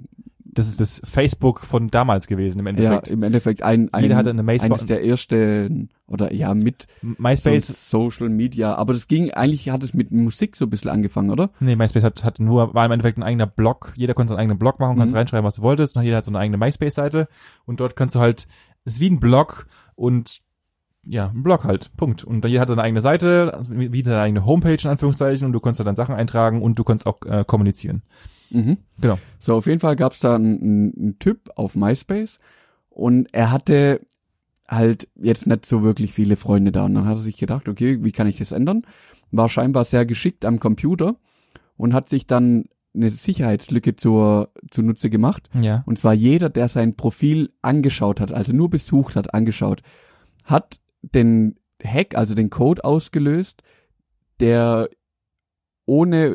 Das ist das Facebook von damals gewesen im Endeffekt. Ja, im Endeffekt Jeder hatte eine eines der ersten oder ja mit MySpace. so Social Media, aber eigentlich hat es mit Musik so ein bisschen angefangen, oder? Nee, MySpace war im Endeffekt ein eigener Blog. Jeder konnte seinen eigenen Blog machen, kannst reinschreiben, was du wolltest. Und jeder hat so eine eigene MySpace-Seite. Und dort kannst du halt, es ist wie ein Blog und ja, ein Blog halt, Punkt. Und jeder hat seine eigene Seite, wie seine eigene Homepage in Anführungszeichen und du konntest da dann Sachen eintragen und du konntest auch kommunizieren. Mhm. Genau. So, auf jeden Fall gab's da einen Typ auf MySpace und er hatte halt jetzt nicht so wirklich viele Freunde da. Und dann hat er sich gedacht, okay, wie kann ich das ändern? War scheinbar sehr geschickt am Computer und hat sich dann eine Sicherheitslücke zunutze gemacht. Ja. Und zwar jeder, der sein Profil angeschaut hat, also nur besucht hat, angeschaut, hat den Hack, also den Code ausgelöst, der ohne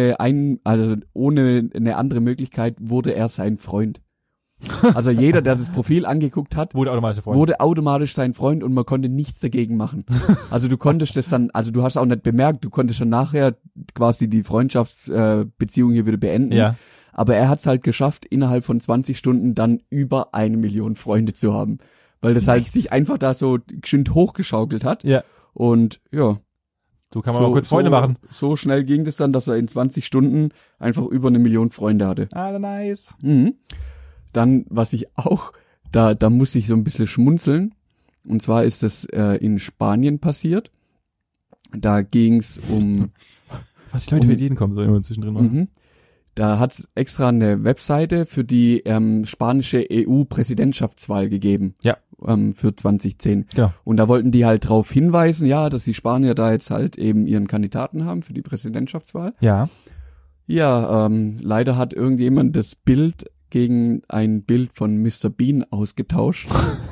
ohne eine andere Möglichkeit wurde er sein Freund. Also jeder, der das Profil angeguckt hat, Wurde automatisch sein Freund und man konnte nichts dagegen machen. Also du konntest das dann, also du hast auch nicht bemerkt, du konntest schon nachher quasi die Freundschaftsbeziehung hier wieder beenden. Ja. Aber er hat es halt geschafft, innerhalb von 20 Stunden dann über 1 Million Freunde zu haben. Weil das halt sich einfach da so geschwind hochgeschaukelt hat. Ja. Und ja. So kann man auch kurz Freunde machen. So schnell ging das dann, dass er in 20 Stunden einfach über 1 Million Freunde hatte. Ah, nice. Mhm. Dann, was ich auch, da muss ich so ein bisschen schmunzeln. Und zwar ist das in Spanien passiert. Da ging's um... Was die Leute für Ideen kommen, so immer zwischendrin machen. Mhm. Da hat's extra eine Webseite für die spanische EU-Präsidentschaftswahl gegeben. Ja. Für 2010. Genau. Und da wollten die halt drauf hinweisen, ja, dass die Spanier da jetzt halt eben ihren Kandidaten haben für die Präsidentschaftswahl. Ja. Ja, leider hat irgendjemand das Bild gegen ein Bild von Mr. Bean ausgetauscht.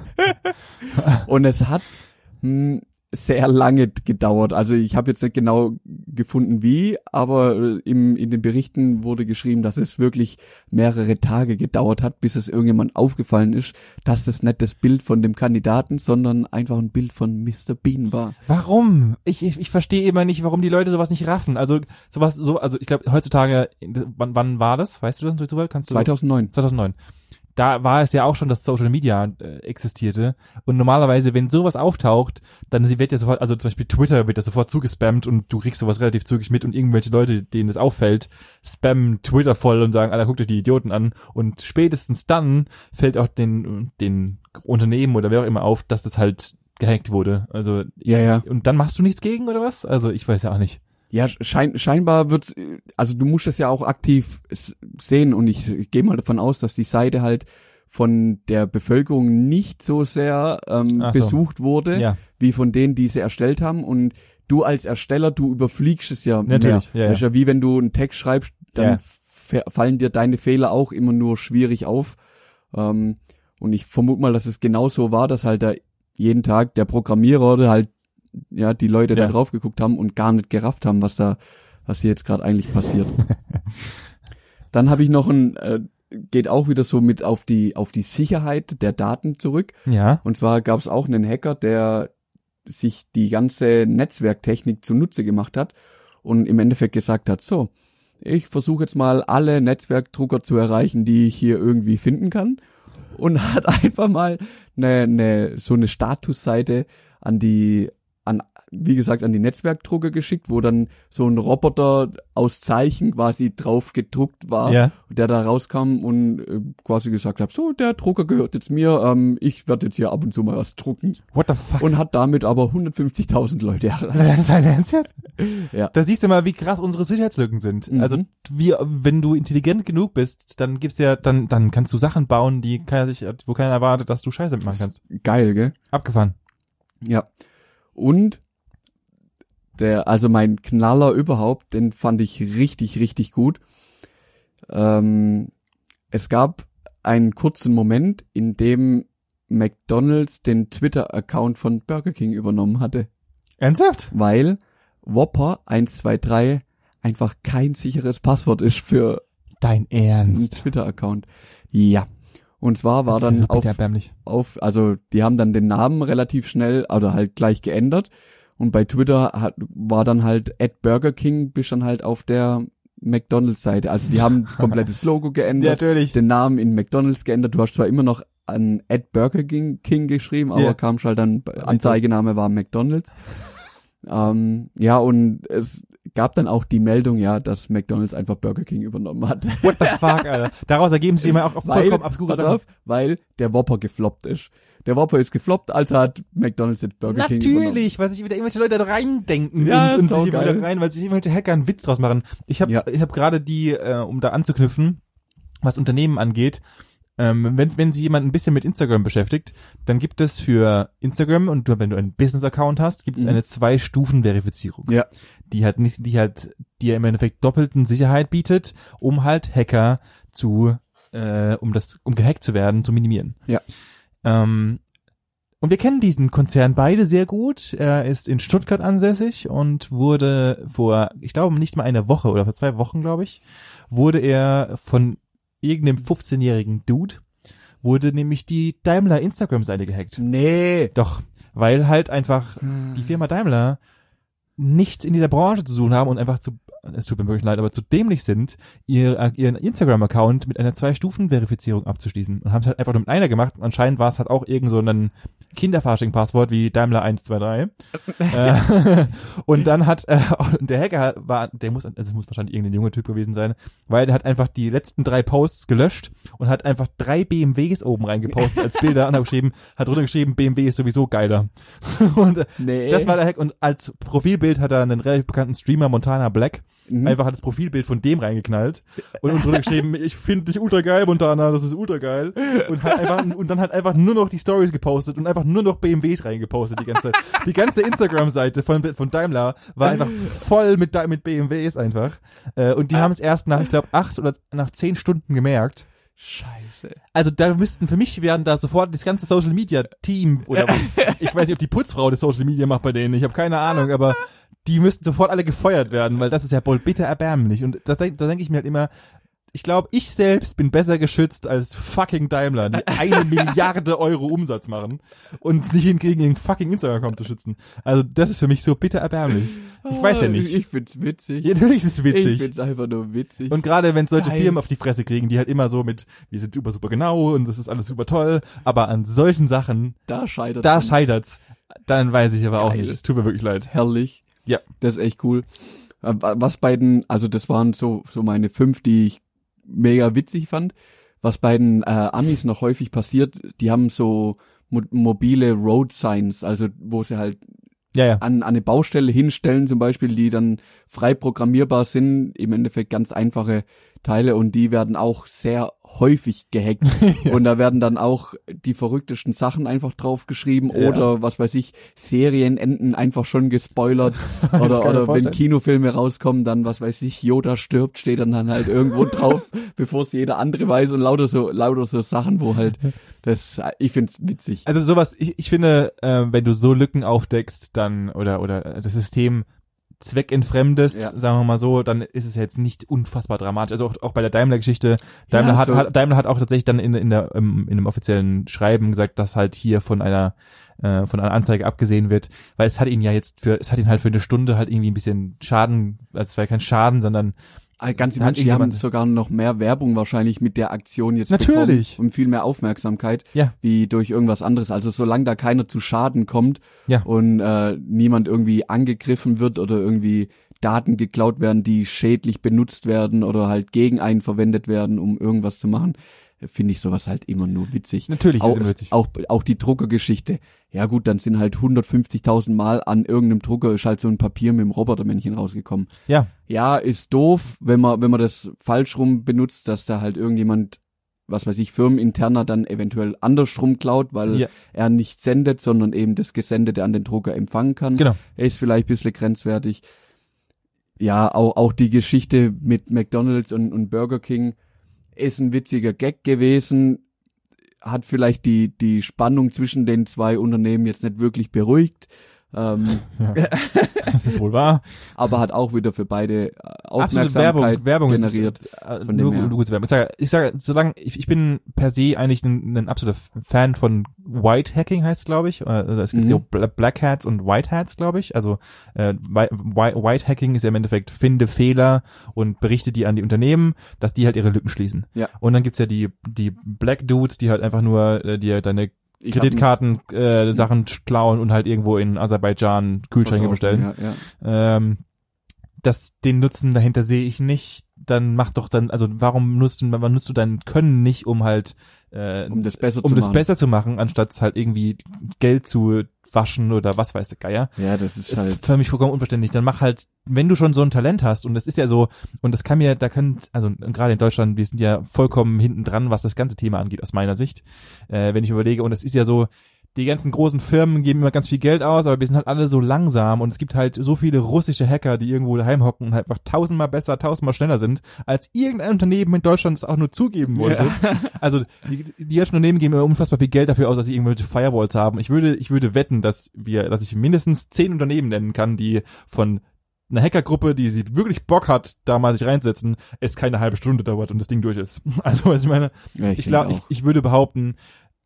Und es hat sehr lange gedauert. Also ich habe jetzt nicht genau gefunden wie, aber in den Berichten wurde geschrieben, dass es wirklich mehrere Tage gedauert hat, bis es irgendjemand aufgefallen ist, dass das nicht das Bild von dem Kandidaten, sondern einfach ein Bild von Mr. Bean war. Warum? Ich verstehe immer nicht, warum die Leute sowas nicht raffen. Also also ich glaube heutzutage, wann war das? Weißt du das? 2009. 2009. Da war es ja auch schon, dass Social Media existierte. Und normalerweise, wenn sowas auftaucht, dann wird ja sofort, also zum Beispiel Twitter wird ja sofort zugespammt und du kriegst sowas relativ zügig mit und irgendwelche Leute, denen das auffällt, spammen Twitter voll und sagen, Alter, guckt euch die Idioten an. Und spätestens dann fällt auch den Unternehmen oder wer auch immer auf, dass das halt gehackt wurde. Also ja. Und dann machst du nichts gegen oder was? Also ich weiß ja auch nicht. Ja, scheinbar wird's, also du musst das ja auch aktiv sehen und ich gehe mal davon aus, dass die Seite halt von der Bevölkerung nicht so sehr besucht wurde, wie von denen, die sie erstellt haben und du als Ersteller, du überfliegst es ja natürlich, mehr. Das ist ja wie wenn du einen Text schreibst, dann fallen dir deine Fehler auch immer nur schwierig auf und ich vermute mal, dass es genauso war, dass halt da jeden Tag der Programmierer oder halt die Leute da drauf geguckt haben und gar nicht gerafft haben, was hier jetzt gerade eigentlich passiert. Dann habe ich noch geht auch wieder so mit auf die Sicherheit der Daten zurück. Ja. Und zwar gab es auch einen Hacker, der sich die ganze Netzwerktechnik zunutze gemacht hat und im Endeffekt gesagt hat, so, ich versuche jetzt mal alle Netzwerkdrucker zu erreichen, die ich hier irgendwie finden kann und hat einfach mal so eine Statusseite an die Netzwerkdrucker geschickt, wo dann so ein Roboter aus Zeichen quasi drauf gedruckt war, der da rauskam und quasi gesagt hat, so, der Drucker gehört jetzt mir, ich werde jetzt hier ab und zu mal was drucken. What the fuck? Und hat damit aber 150.000 Leute erreicht. Das ist dein Ernst jetzt? Ja. Da siehst du mal, wie krass unsere Sicherheitslücken sind. Mhm. Also wenn du intelligent genug bist, dann dann kannst du Sachen bauen, wo keiner erwartet, dass du Scheiße mitmachen kannst. Geil, gell? Abgefahren. Ja. Und mein Knaller überhaupt, den fand ich richtig, richtig gut. Es gab einen kurzen Moment, in dem McDonald's den Twitter-Account von Burger King übernommen hatte. Ernsthaft? Weil Whopper 123 einfach kein sicheres Passwort ist für Dein Ernst? einen Twitter-Account. Ja. Und zwar war das dann so also die haben dann den Namen relativ schnell oder halt gleich geändert. Und bei Twitter war dann halt @BurgerKing, bist dann halt auf der McDonald's-Seite. Also die haben komplettes Logo geändert, natürlich. den Namen in McDonald's geändert. Du hast zwar immer noch an Burger King geschrieben, aber kam schon halt dann, Anzeigename war McDonald's. Ja, und es gab dann auch die Meldung, ja, dass McDonald's einfach Burger King übernommen hat. What the fuck, Alter. Daraus ergeben sich immer auch vollkommen obskure Sachen. Weil der Whopper gefloppt ist. Der Whopper ist gefloppt, also hat McDonald's jetzt Burger King übernommen. Natürlich, weil sich wieder irgendwelche Leute da reindenken Ja, und ist sich auch geil. wieder rein, weil sich irgendwelche Hacker einen Witz draus machen. Ich habe gerade die, um da anzuknüpfen, was Unternehmen angeht, wenn sich jemand ein bisschen mit Instagram beschäftigt, dann gibt es für Instagram und wenn du einen Business-Account hast, gibt es eine 2-Stufen-Verifizierung. Ja. Die dir im Endeffekt doppelten Sicherheit bietet, um halt Hacker um gehackt zu werden, zu minimieren. Ja. Und wir kennen diesen Konzern beide sehr gut. Er ist in Stuttgart ansässig und wurde vor, ich glaube nicht mal einer Woche oder vor 2 Wochen, glaube ich, wurde er von irgendeinem 15-jährigen Dude, wurde nämlich die Daimler Instagram-Seite gehackt. Nee. Doch, weil halt einfach die Firma Daimler nichts in dieser Branche zu tun haben und einfach es tut mir wirklich leid, aber zu dämlich sind, ihren Instagram-Account mit einer 2-Stufen-Verifizierung abzuschließen und haben es halt einfach nur mit einer gemacht. Anscheinend war es halt auch irgend so ein Kinderfasching-Passwort wie Daimler 123. Und dann hat der Hacker es muss wahrscheinlich irgendein junger Typ gewesen sein, weil der hat einfach die letzten 3 Posts gelöscht und hat einfach 3 BMWs oben reingepostet als Bilder und hat runtergeschrieben, BMW ist sowieso geiler. Und das war der Hack und als Profilbild hat er einen relativ bekannten Streamer, Montana Black, einfach hat das Profilbild von dem reingeknallt und drunter geschrieben, ich finde dich ultra geil, Montana, das ist ultra geil. Und dann hat einfach nur noch die Stories gepostet und einfach nur noch BMWs reingepostet die ganze Zeit. Die ganze Instagram-Seite von Daimler war einfach voll mit BMWs einfach. Und die haben es erst nach, ich glaube, 8 oder nach 10 Stunden gemerkt. Scheiße. Also für mich werden da sofort das ganze Social Media Team oder ich weiß nicht, ob die Putzfrau das Social Media macht bei denen, ich habe keine Ahnung, aber die müssten sofort alle gefeuert werden, weil das ist ja wohl bitter erbärmlich. Und da denke ich mir halt immer, ich glaube, ich selbst bin besser geschützt als fucking Daimler, die 1 Milliarde Euro Umsatz machen und nicht hinkriegen, ihren fucking Instagram-Account zu schützen. Also das ist für mich so bitter erbärmlich. Ich weiß ja nicht. Ich find's witzig. Ja, natürlich ist es witzig. Ich find's einfach nur witzig. Und gerade wenn solche Firmen auf die Fresse kriegen, die halt immer so mit, wir sind super, super genau und das ist alles super toll, aber an solchen Sachen, da scheitert's. Dann weiß ich aber auch nicht. Es tut mir wirklich leid. Herrlich. Ja. Das ist echt cool. Was also das waren so meine 5, die ich mega witzig fand. Was bei den Amis noch häufig passiert, die haben so mobile Road Signs, also wo sie halt an eine Baustelle hinstellen zum Beispiel, die dann frei programmierbar sind, im Endeffekt ganz einfache Teile und die werden auch sehr häufig gehackt und da werden dann auch die verrücktesten Sachen einfach draufgeschrieben oder was weiß ich, Serienenden einfach schon gespoilert oder wenn Kinofilme rauskommen, dann was weiß ich, Yoda stirbt, steht dann halt irgendwo drauf, bevor es jeder andere weiß und lauter so Sachen, wo halt ich find's witzig. Also sowas, ich finde, wenn du so Lücken aufdeckst, dann oder das System zweckentfremdest, sagen wir mal so, dann ist es jetzt nicht unfassbar dramatisch. Also auch bei der Daimler-Geschichte. Daimler hat auch tatsächlich dann in einem offiziellen Schreiben gesagt, dass halt hier von einer Anzeige abgesehen wird, weil es hat ihn halt für eine Stunde halt irgendwie ein bisschen Schaden, also es war kein Schaden, sondern ganz im Ernst, die haben sogar noch mehr Werbung wahrscheinlich mit der Aktion jetzt bekommen und viel mehr Aufmerksamkeit wie durch irgendwas anderes. Also solange da keiner zu Schaden kommt und niemand irgendwie angegriffen wird oder irgendwie Daten geklaut werden, die schädlich benutzt werden oder halt gegen einen verwendet werden, um irgendwas zu machen, finde ich sowas halt immer nur witzig. Natürlich ist es witzig. Auch die Druckergeschichte. Ja gut, dann sind halt 150.000 Mal an irgendeinem Drucker ist halt so ein Papier mit dem Robotermännchen rausgekommen. Ja, ist doof, wenn man das falsch rum benutzt, dass da halt irgendjemand, was weiß ich, firmeninterner dann eventuell andersrum klaut, weil er nicht sendet, sondern eben das Gesendete an den Drucker empfangen kann. Genau. Er ist vielleicht ein bisschen grenzwertig. Ja, auch die Geschichte mit McDonald's und Burger King ist ein witziger Gag gewesen, hat vielleicht die Spannung zwischen den 2 Unternehmen jetzt nicht wirklich beruhigt. Das ist wohl wahr. Aber hat auch wieder für beide Aufmerksamkeit Werbung generiert. Ist nur gute Werbung. Ich sage, solange ich bin per se eigentlich ein absoluter Fan von White Hacking, heißt es, glaube ich. Es gibt ja Black Hats und White Hats, glaube ich. Also White Hacking ist ja im Endeffekt, finde Fehler und berichte die an die Unternehmen, dass die halt ihre Lücken schließen. Ja. Und dann gibt's ja die Black Dudes, die halt einfach nur dir deine Kreditkarten Sachen klauen und halt irgendwo in Aserbaidschan Kühlschränke bestellen. Ja. Den Nutzen dahinter sehe ich nicht. Dann warum nutzt du dein Können nicht, um halt um das besser zu machen, anstatt halt irgendwie Geld zu waschen oder was weiß der Geier. Ja, das ist halt für mich vollkommen unverständlich. Dann mach halt, wenn du schon so ein Talent hast, und das ist ja so, und das kann mir, gerade in Deutschland, wir sind ja vollkommen hinten dran, was das ganze Thema angeht, aus meiner Sicht. Wenn ich überlege, und das ist ja so, die ganzen großen Firmen geben immer ganz viel Geld aus, aber wir sind halt alle so langsam und es gibt halt so viele russische Hacker, die irgendwo daheim hocken und halt einfach 1000-mal besser, 1000-mal schneller sind, als irgendein Unternehmen in Deutschland es auch nur zugeben wollte. Ja. Also die deutschen Unternehmen geben immer unfassbar viel Geld dafür aus, dass sie irgendwelche Firewalls haben. Ich würde wetten, dass ich mindestens 10 Unternehmen nennen kann, die von einer Hackergruppe, die sie wirklich Bock hat, da mal sich reinsetzen, es keine halbe Stunde dauert und das Ding durch ist. Also was ich meine, ja, ich würde behaupten,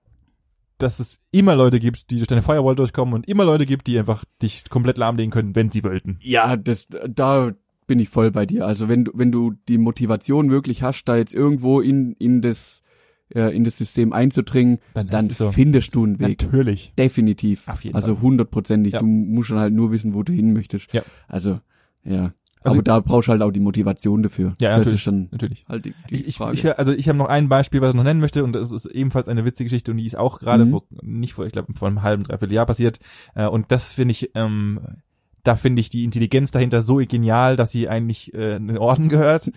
dass es immer Leute gibt, die durch deine Firewall durchkommen und immer Leute gibt, die einfach dich komplett lahmlegen können, wenn sie wollten. Ja, da bin ich voll bei dir. Also wenn du die Motivation wirklich hast, da jetzt irgendwo in das System einzudringen, dann findest du einen Weg. Natürlich. Definitiv. Auf jeden Fall. Also 100%. Ja. Du musst dann halt nur wissen, wo du hin möchtest. Ja. Also, ja. Aber da brauchst du halt auch die Motivation dafür. Ja, das ist schon natürlich. Halt die Frage. Ich habe noch ein Beispiel, was ich noch nennen möchte, und das ist ebenfalls eine witzige Geschichte und die ist auch gerade vor einem halben, dreiviertel Jahr passiert. Und das finde ich, da finde ich die Intelligenz dahinter so genial, dass sie eigentlich in den Orden gehört.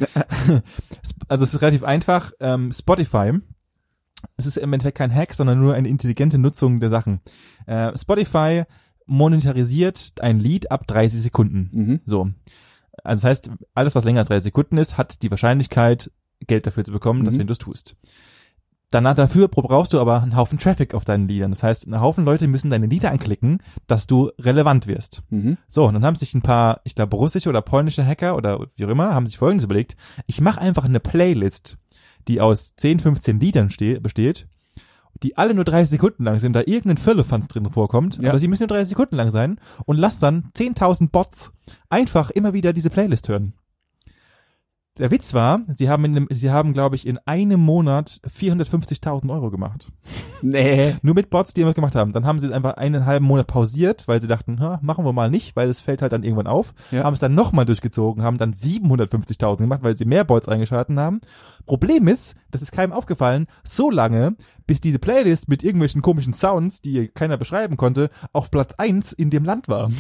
Also es ist relativ einfach. Spotify, es ist im Endeffekt kein Hack, sondern nur eine intelligente Nutzung der Sachen. Spotify monetarisiert ein Lied ab 30 Sekunden. So. Also das heißt, alles, was länger als 30 Sekunden ist, hat die Wahrscheinlichkeit, Geld dafür zu bekommen, dass wenn du es tust. Dafür brauchst du aber einen Haufen Traffic auf deinen Liedern. Das heißt, ein Haufen Leute müssen deine Lieder anklicken, dass du relevant wirst. So, und dann haben sich ein paar, ich glaube, russische oder polnische Hacker oder wie auch immer, haben sich Folgendes überlegt. Ich mache einfach eine Playlist, die aus 10, 15 Liedern besteht, die alle nur 30 Sekunden lang sind, da irgendein Firlefanz drin vorkommt, aber sie müssen nur 30 Sekunden lang sein und lass dann 10.000 Bots einfach immer wieder diese Playlist hören. Der Witz war, sie haben, glaube ich, in einem Monat 450.000 € gemacht. Nee. Nur mit Bots, die immer gemacht haben. Dann haben sie einfach einen halben Monat pausiert, weil sie dachten, machen wir mal nicht, weil es fällt halt dann irgendwann auf. Ja. Haben es dann nochmal durchgezogen, haben dann 750.000 gemacht, weil sie mehr Bots reingeschalten haben. Problem ist, das ist keinem aufgefallen, so lange, bis diese Playlist mit irgendwelchen komischen Sounds, die keiner beschreiben konnte, auf Platz 1 in dem Land war.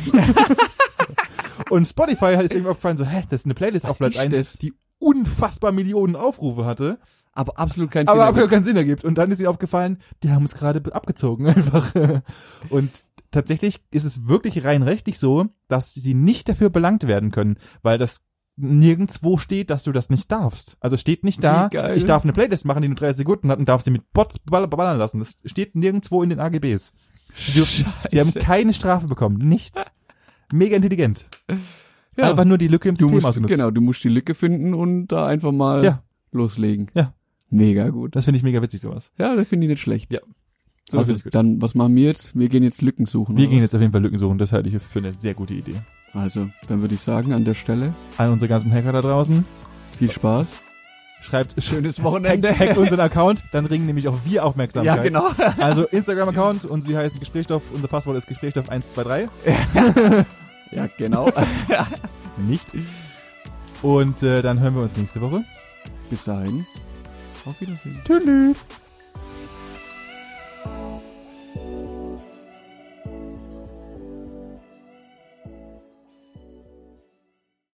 Und Spotify hat es irgendwie aufgefallen, so, das ist eine Playlist auf Platz 1, die unfassbar Millionen Aufrufe hatte. Aber absolut keinen Sinn ergibt. Und dann ist ihnen aufgefallen, die haben es gerade abgezogen einfach. Und tatsächlich ist es wirklich rein rechtlich so, dass sie nicht dafür belangt werden können, weil das nirgendwo steht, dass du das nicht darfst. Also steht nicht da, ich darf eine Playlist machen, die nur 30 Sekunden hat und darf sie mit Bots ballern lassen. Das steht nirgendwo in den AGBs. Sie haben keine Strafe bekommen. Nichts. Mega intelligent. Ja. Einfach nur die Lücke im System ausgenutzt. Genau, du musst die Lücke finden und da einfach mal loslegen. Ja. Mega gut. Das finde ich mega witzig, sowas. Ja, das finde ich nicht schlecht. Ja. So also, dann, was machen wir jetzt? Wir gehen jetzt Lücken suchen. Wir gehen jetzt auf jeden Fall Lücken suchen. Das halte ich für eine sehr gute Idee. Also, dann würde ich sagen, an der Stelle. An unsere ganzen Hacker da draußen. Viel Spaß. Schreibt schönes Wochenende. Hackt unseren Account, dann ringen nämlich auch wir Aufmerksamkeit. Ja, genau. Also Instagram-Account, und sie heißt Gesprächsstoff, unser Passwort ist Gesprächsstoff123. Ja, genau. Nicht. Und dann hören wir uns nächste Woche. Bis dahin. Auf Wiedersehen. Tschüss.